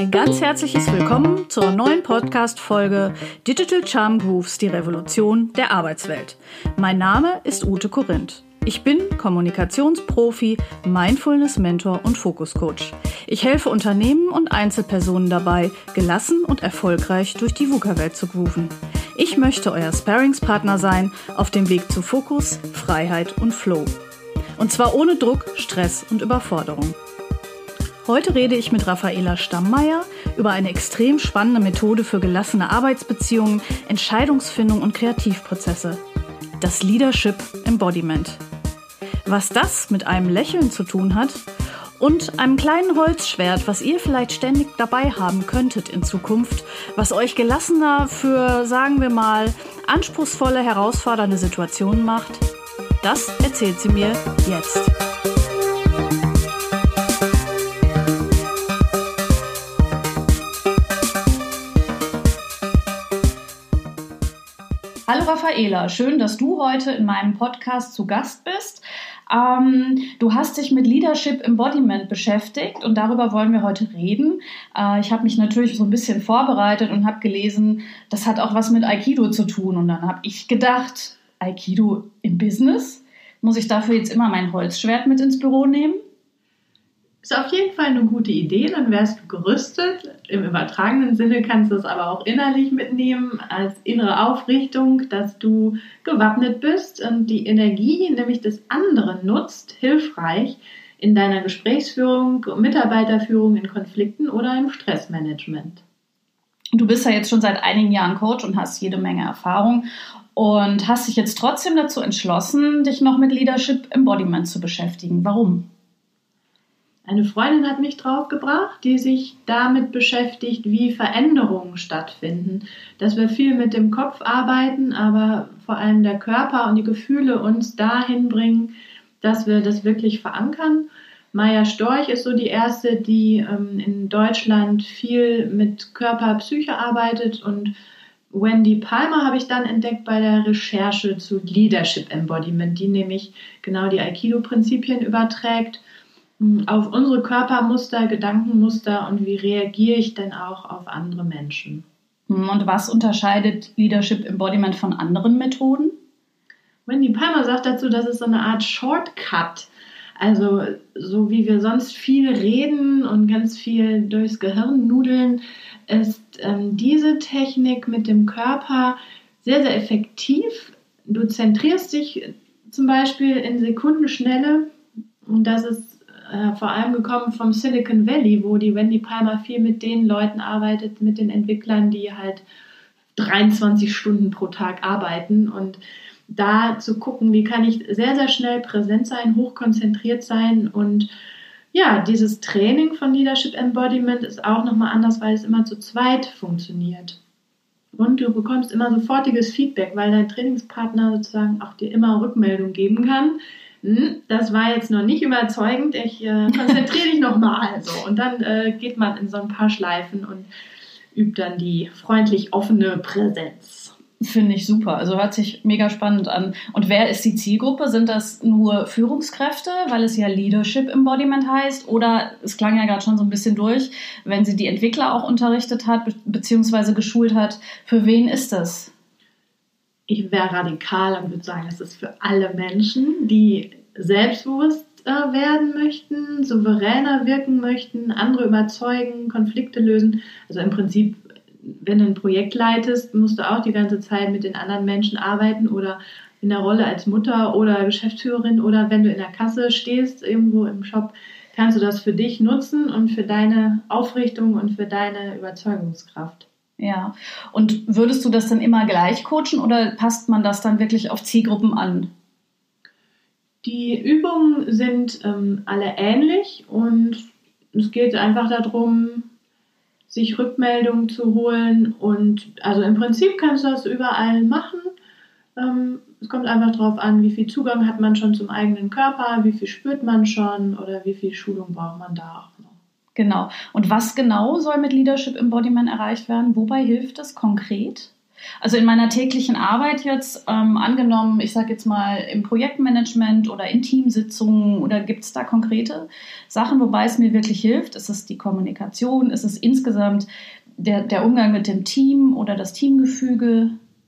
Ein ganz herzliches Willkommen zur neuen Podcast-Folge Digital Charm Grooves, die Revolution der Arbeitswelt. Mein Name ist Ute Korinth. Ich bin Kommunikationsprofi, Mindfulness-Mentor und Fokus-Coach. Ich helfe Unternehmen und Einzelpersonen dabei, gelassen und erfolgreich durch die VUCA-Welt zu grooven. Ich möchte euer Sparringspartner sein auf dem Weg zu Fokus, Freiheit und Flow. Und zwar ohne Druck, Stress und Überforderung. Heute rede ich mit Raffaela Stammeier über eine extrem spannende Methode für gelassene Arbeitsbeziehungen, Entscheidungsfindung und Kreativprozesse. Das Leadership Embodiment. Was das mit einem Lächeln zu tun hat und einem kleinen Holzschwert, was ihr vielleicht ständig dabei haben könntet in Zukunft, was euch gelassener für, sagen wir mal, anspruchsvolle, herausfordernde Situationen macht, das erzählt sie mir jetzt. Hallo Raffaela, schön, dass du heute in meinem Podcast zu Gast bist. Du hast dich mit Leadership Embodiment beschäftigt und darüber wollen wir heute reden. Ich habe mich natürlich so ein bisschen vorbereitet und habe gelesen, das hat auch was mit Aikido zu tun. Und dann habe ich gedacht, Aikido im Business? Muss ich dafür jetzt immer mein Holzschwert mit ins Büro nehmen? Ist auf jeden Fall eine gute Idee, dann wärst du gerüstet. Im übertragenen Sinne kannst du es aber auch innerlich mitnehmen, als innere Aufrichtung, dass du gewappnet bist und die Energie, nämlich des anderen, nutzt, hilfreich in deiner Gesprächsführung, Mitarbeiterführung in Konflikten oder im Stressmanagement. Du bist ja jetzt schon seit einigen Jahren Coach und hast jede Menge Erfahrung und hast dich jetzt trotzdem dazu entschlossen, dich noch mit Leadership Embodiment zu beschäftigen. Warum? Eine Freundin hat mich draufgebracht, die sich damit beschäftigt, wie Veränderungen stattfinden. Dass wir viel mit dem Kopf arbeiten, aber vor allem der Körper und die Gefühle uns dahin bringen, dass wir das wirklich verankern. Maja Storch ist so die erste, die in Deutschland viel mit Körper-Psyche arbeitet, und Wendy Palmer habe ich dann entdeckt bei der Recherche zu Leadership Embodiment, die nämlich genau die Aikido-Prinzipien überträgt auf unsere Körpermuster, Gedankenmuster und wie reagiere ich denn auch auf andere Menschen. Und was unterscheidet Leadership Embodiment von anderen Methoden? Wendy Palmer sagt dazu, das ist so eine Art Shortcut. Also so wie wir sonst viel reden und ganz viel durchs Gehirn nudeln, ist diese Technik mit dem Körper sehr, sehr effektiv. Du zentrierst dich zum Beispiel in Sekundenschnelle, und das ist vor allem gekommen vom Silicon Valley, wo die Wendy Palmer viel mit den Leuten arbeitet, mit den Entwicklern, die halt 23 Stunden pro Tag arbeiten, und da zu gucken, wie kann ich sehr, sehr schnell präsent sein, hochkonzentriert sein. Und ja, dieses Training von Leadership Embodiment ist auch nochmal anders, weil es immer zu zweit funktioniert. Und du bekommst immer sofortiges Feedback, weil dein Trainingspartner sozusagen auch dir immer Rückmeldung geben kann. Das war jetzt noch nicht überzeugend, ich konzentriere dich nochmal. So. Und dann geht man in so ein paar Schleifen und übt dann die freundlich offene Präsenz. Finde ich super, also hört sich mega spannend an. Und wer ist die Zielgruppe? Sind das nur Führungskräfte, weil es ja Leadership Embodiment heißt? Oder, es klang ja gerade schon so ein bisschen durch, wenn sie die Entwickler auch unterrichtet hat, beziehungsweise geschult hat, für wen ist das? Ich wäre radikal und würde sagen, es ist für alle Menschen, die selbstbewusst werden möchten, souveräner wirken möchten, andere überzeugen, Konflikte lösen. Also im Prinzip, wenn du ein Projekt leitest, musst du auch die ganze Zeit mit den anderen Menschen arbeiten oder in der Rolle als Mutter oder Geschäftsführerin, oder wenn du in der Kasse stehst, irgendwo im Shop, kannst du das für dich nutzen und für deine Aufrichtung und für deine Überzeugungskraft. Ja, und würdest du das dann immer gleich coachen oder passt man das dann wirklich auf Zielgruppen an? Die Übungen sind alle ähnlich, und es geht einfach darum, sich Rückmeldungen zu holen, und also im Prinzip kannst du das überall machen. Es kommt einfach darauf an, wie viel Zugang hat man schon zum eigenen Körper, wie viel spürt man schon oder wie viel Schulung braucht man da auch noch. Genau. Und was genau soll mit Leadership Embodiment erreicht werden? Wobei hilft es konkret? Also in meiner täglichen Arbeit jetzt, angenommen, ich sage jetzt mal im Projektmanagement oder in Teamsitzungen, oder gibt es da konkrete Sachen, wobei es mir wirklich hilft? Ist es die Kommunikation? Ist es insgesamt der Umgang mit dem Team oder das Teamgefüge?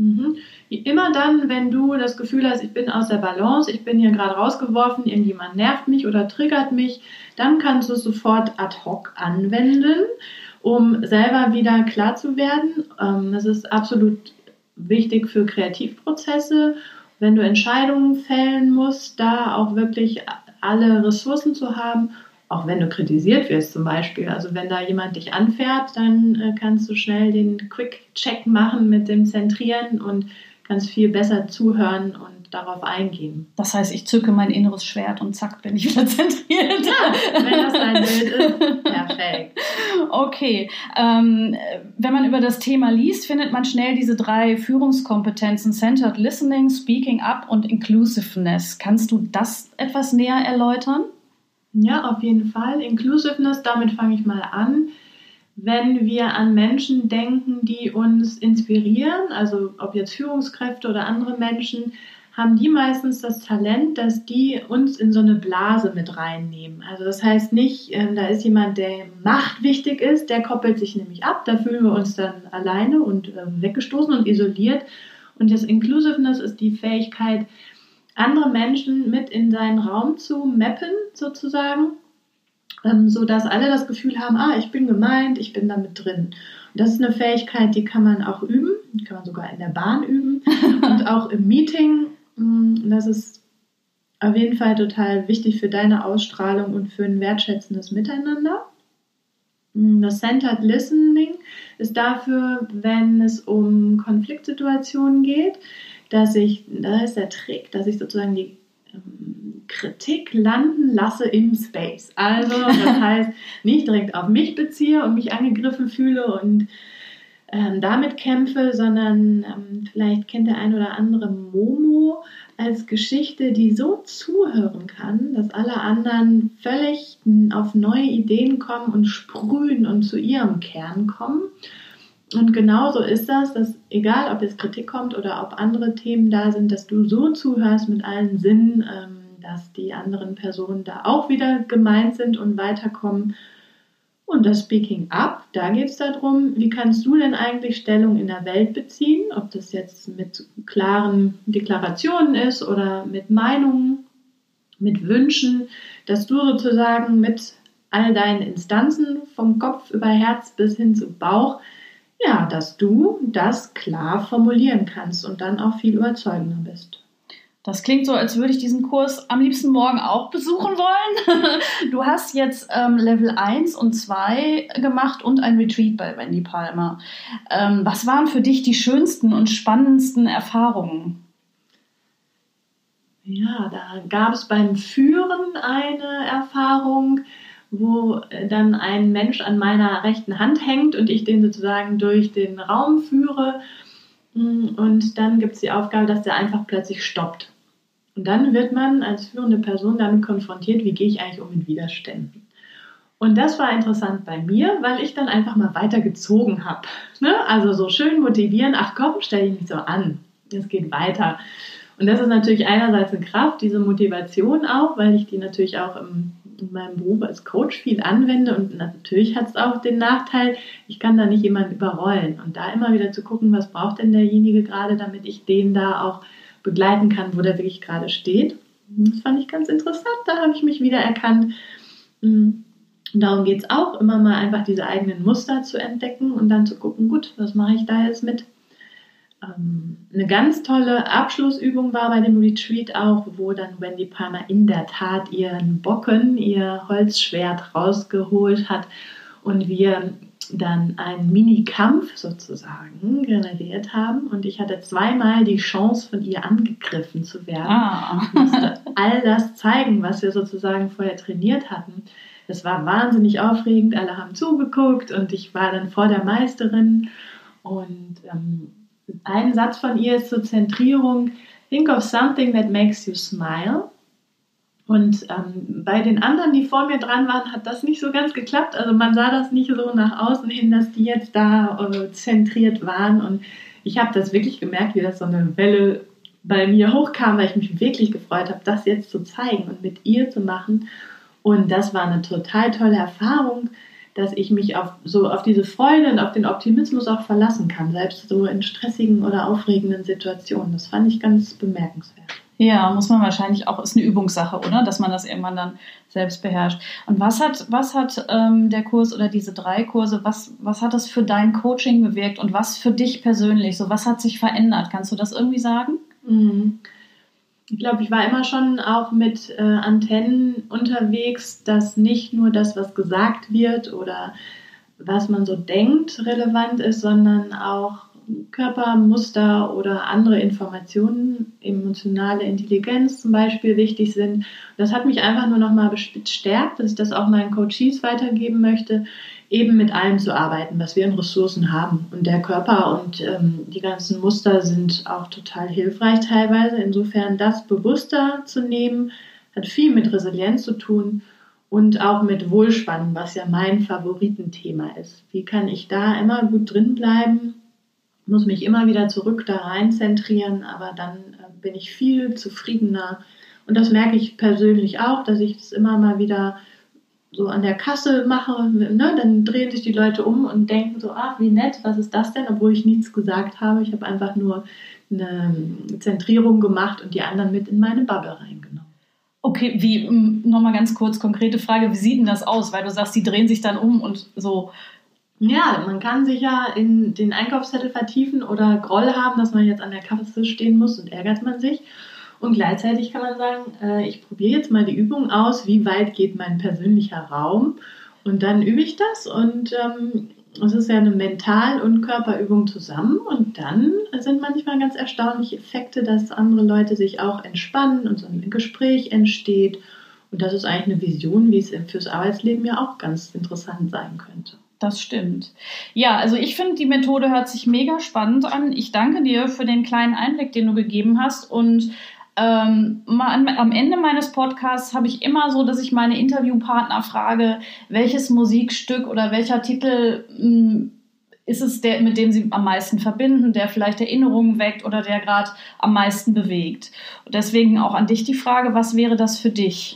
Immer dann, wenn du das Gefühl hast, ich bin aus der Balance, ich bin hier gerade rausgeworfen, irgendjemand nervt mich oder triggert mich, dann kannst du es sofort ad hoc anwenden, um selber wieder klar zu werden. Das ist absolut wichtig für Kreativprozesse. Wenn du Entscheidungen fällen musst, da auch wirklich alle Ressourcen zu haben, auch wenn du kritisiert wirst zum Beispiel. Also wenn da jemand dich anfährt, dann kannst du schnell den Quick-Check machen mit dem Zentrieren und kannst viel besser zuhören und darauf eingehen. Das heißt, ich zücke mein inneres Schwert und zack, bin ich wieder zentriert. Ja, wenn das dein Bild ist, perfekt. Okay, wenn man über das Thema liest, findet man schnell diese 3 Führungskompetenzen: Centered Listening, Speaking Up und Inclusiveness. Kannst du das etwas näher erläutern? Ja, auf jeden Fall. Inclusiveness, damit fange ich mal an. Wenn wir an Menschen denken, die uns inspirieren, also ob jetzt Führungskräfte oder andere Menschen, haben die meistens das Talent, dass die uns in so eine Blase mit reinnehmen. Also das heißt nicht, da ist jemand, der machtwichtig ist, der koppelt sich nämlich ab, da fühlen wir uns dann alleine und weggestoßen und isoliert. Und das Inclusiveness ist die Fähigkeit, andere Menschen mit in seinen Raum zu mappen, sozusagen, sodass alle das Gefühl haben, ich bin gemeint, ich bin da mit drin. Und das ist eine Fähigkeit, die kann man auch üben, die kann man sogar in der Bahn üben und auch im Meeting. Das ist auf jeden Fall total wichtig für deine Ausstrahlung und für ein wertschätzendes Miteinander. Das Centered Listening ist dafür, wenn es um Konfliktsituationen geht, da ist der Trick, dass ich sozusagen die Kritik landen lasse im Space. Also das heißt, nicht direkt auf mich beziehe und mich angegriffen fühle und damit kämpfe, sondern vielleicht kennt der ein oder andere Momo als Geschichte, die so zuhören kann, dass alle anderen völlig auf neue Ideen kommen und sprühen und zu ihrem Kern kommen. Und genauso ist das, dass egal, ob jetzt Kritik kommt oder ob andere Themen da sind, dass du so zuhörst mit allen Sinnen, dass die anderen Personen da auch wieder gemeint sind und weiterkommen. Und das Speaking Up, da geht es darum, wie kannst du denn eigentlich Stellung in der Welt beziehen, ob das jetzt mit klaren Deklarationen ist oder mit Meinungen, mit Wünschen, dass du sozusagen mit all deinen Instanzen vom Kopf über Herz bis hin zu Bauch, ja, dass du das klar formulieren kannst und dann auch viel überzeugender bist. Das klingt so, als würde ich diesen Kurs am liebsten morgen auch besuchen wollen. Du hast jetzt Level 1 und 2 gemacht und ein Retreat bei Wendy Palmer. Was waren für dich die schönsten und spannendsten Erfahrungen? Ja, da gab es beim Führen eine Erfahrung, wo dann ein Mensch an meiner rechten Hand hängt und ich den sozusagen durch den Raum führe. Und dann gibt es die Aufgabe, dass der einfach plötzlich stoppt. Und dann wird man als führende Person damit konfrontiert, wie gehe ich eigentlich um mit Widerständen. Und das war interessant bei mir, weil ich dann einfach mal weitergezogen habe. Ne? Also so schön motivieren, ach komm, stell dich nicht so an, es geht weiter. Und das ist natürlich einerseits eine Kraft, diese Motivation auch, weil ich die natürlich auch in meinem Beruf als Coach viel anwende. Und natürlich hat es auch den Nachteil, ich kann da nicht jemanden überrollen. Und da immer wieder zu gucken, was braucht denn derjenige gerade, damit ich den da auch begleiten kann, wo der wirklich gerade steht. Das fand ich ganz interessant, da habe ich mich wieder erkannt. Darum geht es auch, immer mal einfach diese eigenen Muster zu entdecken und dann zu gucken, gut, was mache ich da jetzt mit? Eine ganz tolle Abschlussübung war bei dem Retreat auch, wo dann Wendy Palmer in der Tat ihren Bokken, ihr Holzschwert rausgeholt hat und wir dann einen Mini-Kampf sozusagen generiert haben und ich hatte zweimal die Chance, von ihr angegriffen zu werden. Ich musste all das zeigen, was wir sozusagen vorher trainiert hatten. Das war wahnsinnig aufregend, alle haben zugeguckt und ich war dann vor der Meisterin und ein Satz von ihr ist zur Zentrierung: Think of something that makes you smile. Und bei den anderen, die vor mir dran waren, hat das nicht so ganz geklappt. Also man sah das nicht so nach außen hin, dass die jetzt da zentriert waren. Und ich habe das wirklich gemerkt, wie das so eine Welle bei mir hochkam, weil ich mich wirklich gefreut habe, das jetzt zu zeigen und mit ihr zu machen. Und das war eine total tolle Erfahrung, dass ich mich auf diese Freude und auf den Optimismus auch verlassen kann, selbst so in stressigen oder aufregenden Situationen. Das fand ich ganz bemerkenswert. Ja, muss man wahrscheinlich auch, ist eine Übungssache, oder? Dass man das irgendwann dann selbst beherrscht. Und was hat der Kurs oder diese 3 Kurse, was hat das für dein Coaching bewirkt und was für dich persönlich? So, was hat sich verändert? Kannst du das irgendwie sagen? Ich glaube, ich war immer schon auch mit Antennen unterwegs, dass nicht nur das, was gesagt wird oder was man so denkt, relevant ist, sondern auch Körpermuster oder andere Informationen, emotionale Intelligenz zum Beispiel, wichtig sind. Das hat mich einfach nur noch mal bestärkt, dass ich das auch meinen Coaches weitergeben möchte, eben mit allem zu arbeiten, was wir in Ressourcen haben. Und der Körper und die ganzen Muster sind auch total hilfreich teilweise. Insofern das bewusster zu nehmen, hat viel mit Resilienz zu tun und auch mit Wohlspannen, was ja mein Favoritenthema ist. Wie kann ich da immer gut drin bleiben? Muss mich immer wieder zurück da rein zentrieren, aber dann bin ich viel zufriedener. Und das merke ich persönlich auch, dass ich das immer mal wieder so an der Kasse mache. Ne? Dann drehen sich die Leute um und denken so, ach, wie nett, was ist das denn? Obwohl ich nichts gesagt habe. Ich habe einfach nur eine Zentrierung gemacht und die anderen mit in meine Bubble reingenommen. Okay, nochmal ganz kurz, konkrete Frage, wie sieht denn das aus? Weil du sagst, die drehen sich dann um und so. Ja, man kann sich ja in den Einkaufszettel vertiefen oder Groll haben, dass man jetzt an der Kasse stehen muss und ärgert man sich. Und gleichzeitig kann man sagen, ich probiere jetzt mal die Übung aus, wie weit geht mein persönlicher Raum. Und dann übe ich das und es ist ja eine Mental- und Körperübung zusammen. Und dann sind manchmal ganz erstaunliche Effekte, dass andere Leute sich auch entspannen und so ein Gespräch entsteht. Und das ist eigentlich eine Vision, wie es fürs Arbeitsleben ja auch ganz interessant sein könnte. Das stimmt. Ja, also ich finde, die Methode hört sich mega spannend an. Ich danke dir für den kleinen Einblick, den du gegeben hast. Und am Ende meines Podcasts habe ich immer so, dass ich meine Interviewpartner frage, welches Musikstück oder welcher Titel ist es, mit dem sie am meisten verbinden, der vielleicht Erinnerungen weckt oder der gerade am meisten bewegt. Und deswegen auch an dich die Frage, was wäre das für dich?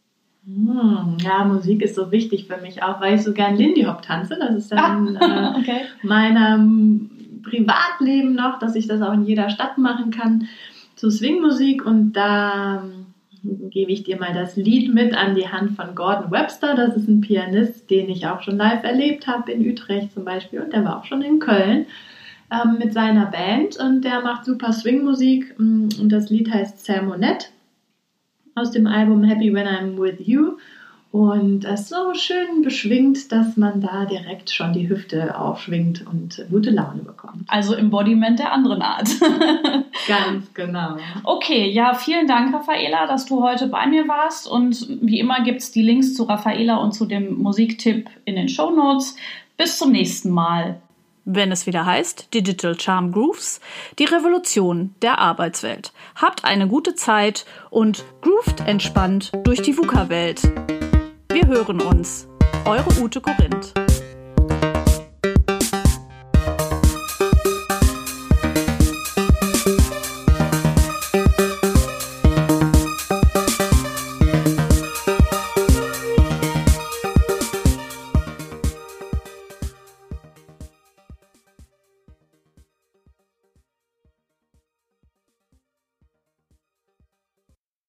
Ja, Musik ist so wichtig für mich, auch weil ich so gern Lindy Hop tanze. Das ist dann okay. Meinem Privatleben noch, dass ich das auch in jeder Stadt machen kann, zu Swingmusik. Und da gebe ich dir mal das Lied mit an die Hand von Gordon Webster. Das ist ein Pianist, den ich auch schon live erlebt habe, in Utrecht zum Beispiel. Und der war auch schon in Köln mit seiner Band. Und der macht super Swingmusik. Und das Lied heißt Sermonette aus dem Album Happy When I'm With You. Und das ist so schön beschwingt, dass man da direkt schon die Hüfte aufschwingt und gute Laune bekommt. Also Embodiment der anderen Art. Ganz genau. Okay, ja, vielen Dank, Raffaela, dass du heute bei mir warst. Und wie immer gibt es die Links zu Raffaela und zu dem Musiktipp in den Shownotes. Bis zum nächsten Mal. Wenn es wieder heißt Digital Charm Grooves, die Revolution der Arbeitswelt. Habt eine gute Zeit und groovt entspannt durch die VUCA-Welt. Wir hören uns. Eure Ute Korinth.